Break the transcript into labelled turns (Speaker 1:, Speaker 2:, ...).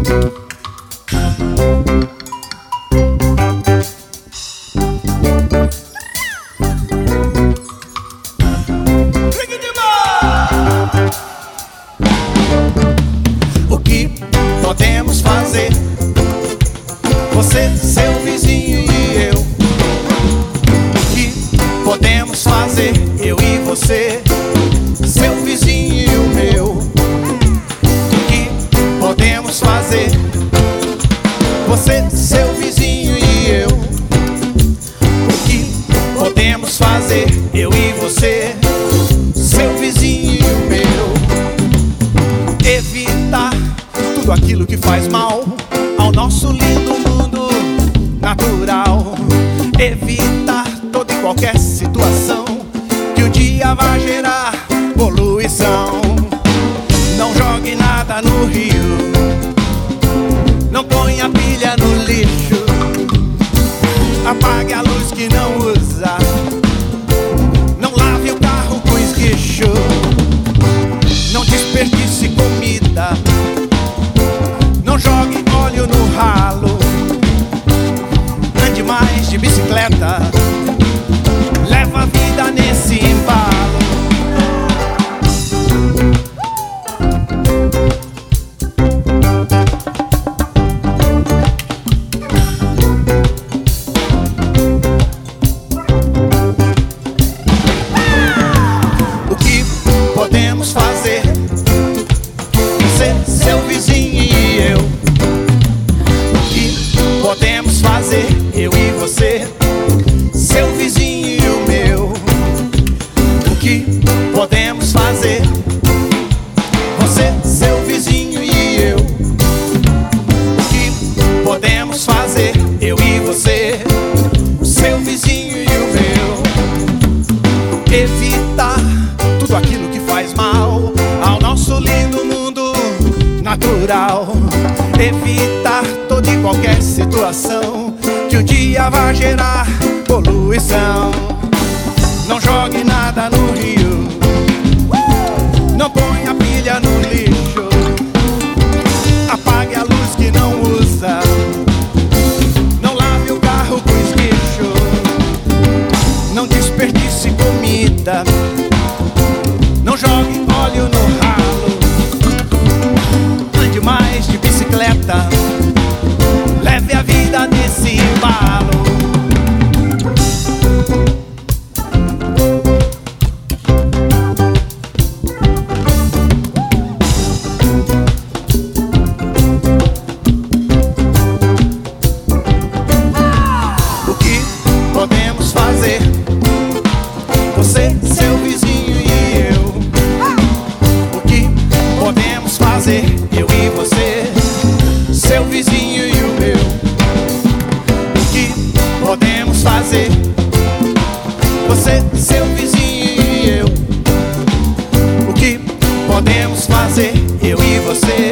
Speaker 1: O que podemos fazer? Você, seu vizinho e eu. O que podemos fazer? Eu e você, seu vizinho e o meu. O que podemos fazer? Você, seu vizinho e eu. O que podemos fazer? Eu e você, seu vizinho e o meu. Evitar tudo aquilo que faz mal ao nosso lindo mundo natural. Evitar toda e qualquer situação que um dia vai gerar poluição. Não jogue nada no rio, não ponha pilha no lixo, apague a luz que não usa, não lave o carro com esguicho, não desperdice comida, não jogue óleo no ralo, ande mais de bicicleta, leva a vida nesse embalo. O que podemos fazer? Você, seu vizinho e eu. O que podemos fazer? Eu e você, seu vizinho e o meu. O que podemos fazer? Você, seu vizinho e eu. O que podemos fazer? Eu e você, seu vizinho e o meu. Evitar tudo aquilo que faz mal ao nosso lindo mundo natural. Evitar toda e qualquer situação que um dia vai gerar poluição. Não jogue nada no rio, não ponha pilha no lixo, apague a luz que não usa, não lave o carro com esguicho, não desperdice comida, não jogue óleo no ralo, ande mais de bicicleta, leve a vida nesse embalo. O que podemos fazer? Você, seu vizinho e eu. O que podemos fazer? Eu e você, seu vizinho e o meu. O que podemos fazer? Você, seu vizinho e eu. O que podemos fazer? Eu e você,